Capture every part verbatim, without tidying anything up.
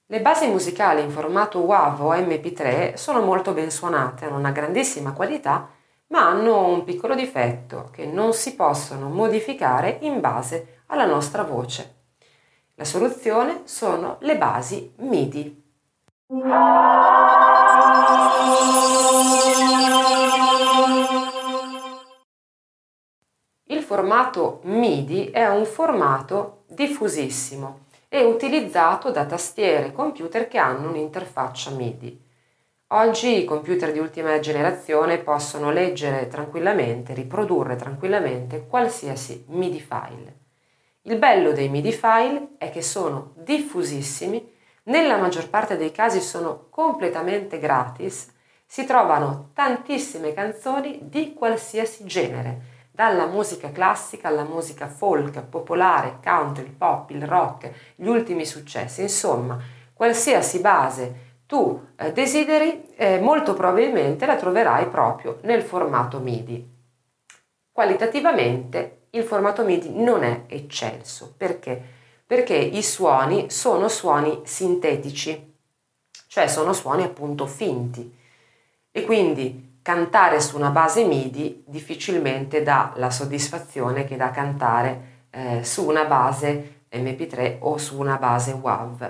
Le basi musicali in formato WAV o M P tre sono molto ben suonate, hanno una grandissima qualità, ma hanno un piccolo difetto, che non si possono modificare in base alla nostra voce. La soluzione sono le basi MIDI. Il formato MIDI è un formato diffusissimo e utilizzato da tastiere e computer che hanno un'interfaccia MIDI. Oggi i computer di ultima generazione possono leggere tranquillamente, riprodurre tranquillamente qualsiasi MIDI file. Il bello dei MIDI file è che sono diffusissimi, nella maggior parte dei casi sono completamente gratis, si trovano tantissime canzoni di qualsiasi genere, dalla musica classica alla musica folk, popolare, country, il pop, il rock, gli ultimi successi, insomma, qualsiasi base tu eh, desideri, eh, molto probabilmente la troverai proprio nel formato MIDI. Qualitativamente il formato MIDI non è eccelso. Perché? Perché i suoni sono suoni sintetici, cioè sono suoni appunto finti, e quindi cantare su una base MIDI difficilmente dà la soddisfazione che dà cantare eh, su una base M P tre o su una base WAV.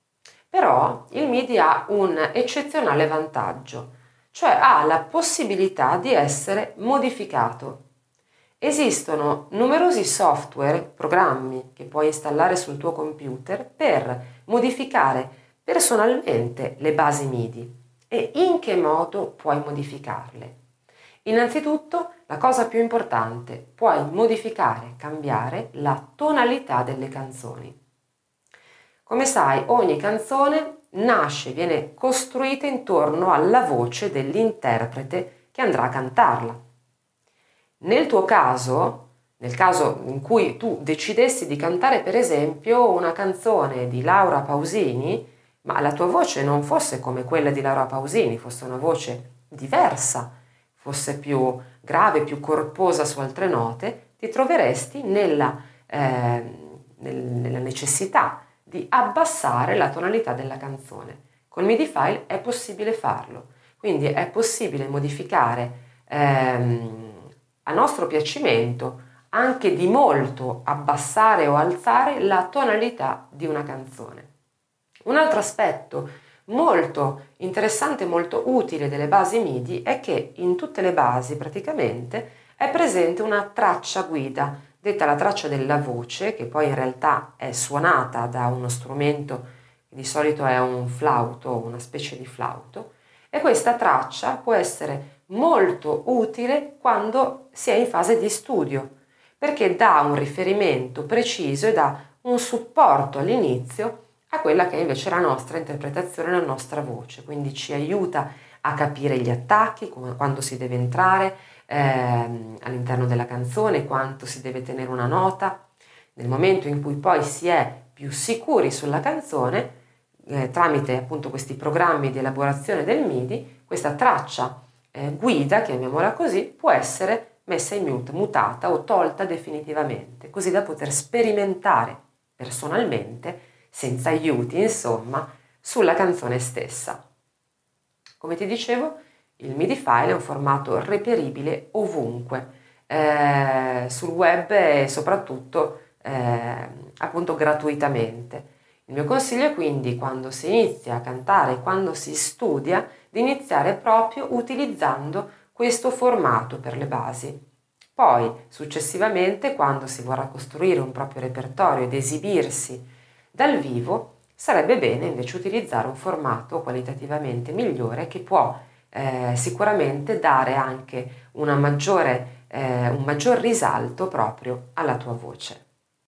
Però il MIDI ha un eccezionale vantaggio, cioè ha la possibilità di essere modificato. Esistono numerosi software, programmi che puoi installare sul tuo computer per modificare personalmente le basi MIDI. E in che modo puoi modificarle? Innanzitutto, la cosa più importante, puoi modificare, cambiare la tonalità delle canzoni. Come sai, ogni canzone nasce, viene costruita intorno alla voce dell'interprete che andrà a cantarla. Nel tuo caso, nel caso in cui tu decidessi di cantare per esempio una canzone di Laura Pausini, ma la tua voce non fosse come quella di Laura Pausini, fosse una voce diversa, fosse più grave, più corposa su altre note, ti troveresti nella, eh, nel, nella necessità di abbassare la tonalità della canzone. Col MIDI file è possibile farlo, quindi è possibile modificare ehm, a nostro piacimento, anche di molto abbassare o alzare la tonalità di una canzone. Un altro aspetto molto interessante e molto utile delle basi MIDI è che in tutte le basi praticamente è presente una traccia guida, detta la traccia della voce, che poi in realtà è suonata da uno strumento che di solito è un flauto, una specie di flauto, e questa traccia può essere molto utile quando si è in fase di studio, perché dà un riferimento preciso e dà un supporto all'inizio a quella che è invece la nostra interpretazione, la nostra voce, quindi ci aiuta a capire gli attacchi, come, quando si deve entrare ehm, all'interno della canzone, quanto si deve tenere una nota. Nel momento in cui poi si è più sicuri sulla canzone, eh, tramite appunto questi programmi di elaborazione del MIDI, questa traccia eh, guida, chiamiamola così, può essere messa in mute, mutata o tolta definitivamente, così da poter sperimentare personalmente, senza aiuti, insomma, sulla canzone stessa. Come ti dicevo, il MIDI file è un formato reperibile ovunque, eh, sul web e soprattutto eh, appunto gratuitamente. Il mio consiglio è quindi, quando si inizia a cantare, quando si studia, di iniziare proprio utilizzando questo formato per le basi. Poi, successivamente, quando si vorrà costruire un proprio repertorio ed esibirsi dal vivo, sarebbe bene invece utilizzare un formato qualitativamente migliore che può eh, sicuramente dare anche una maggiore, eh, un maggior risalto proprio alla tua voce.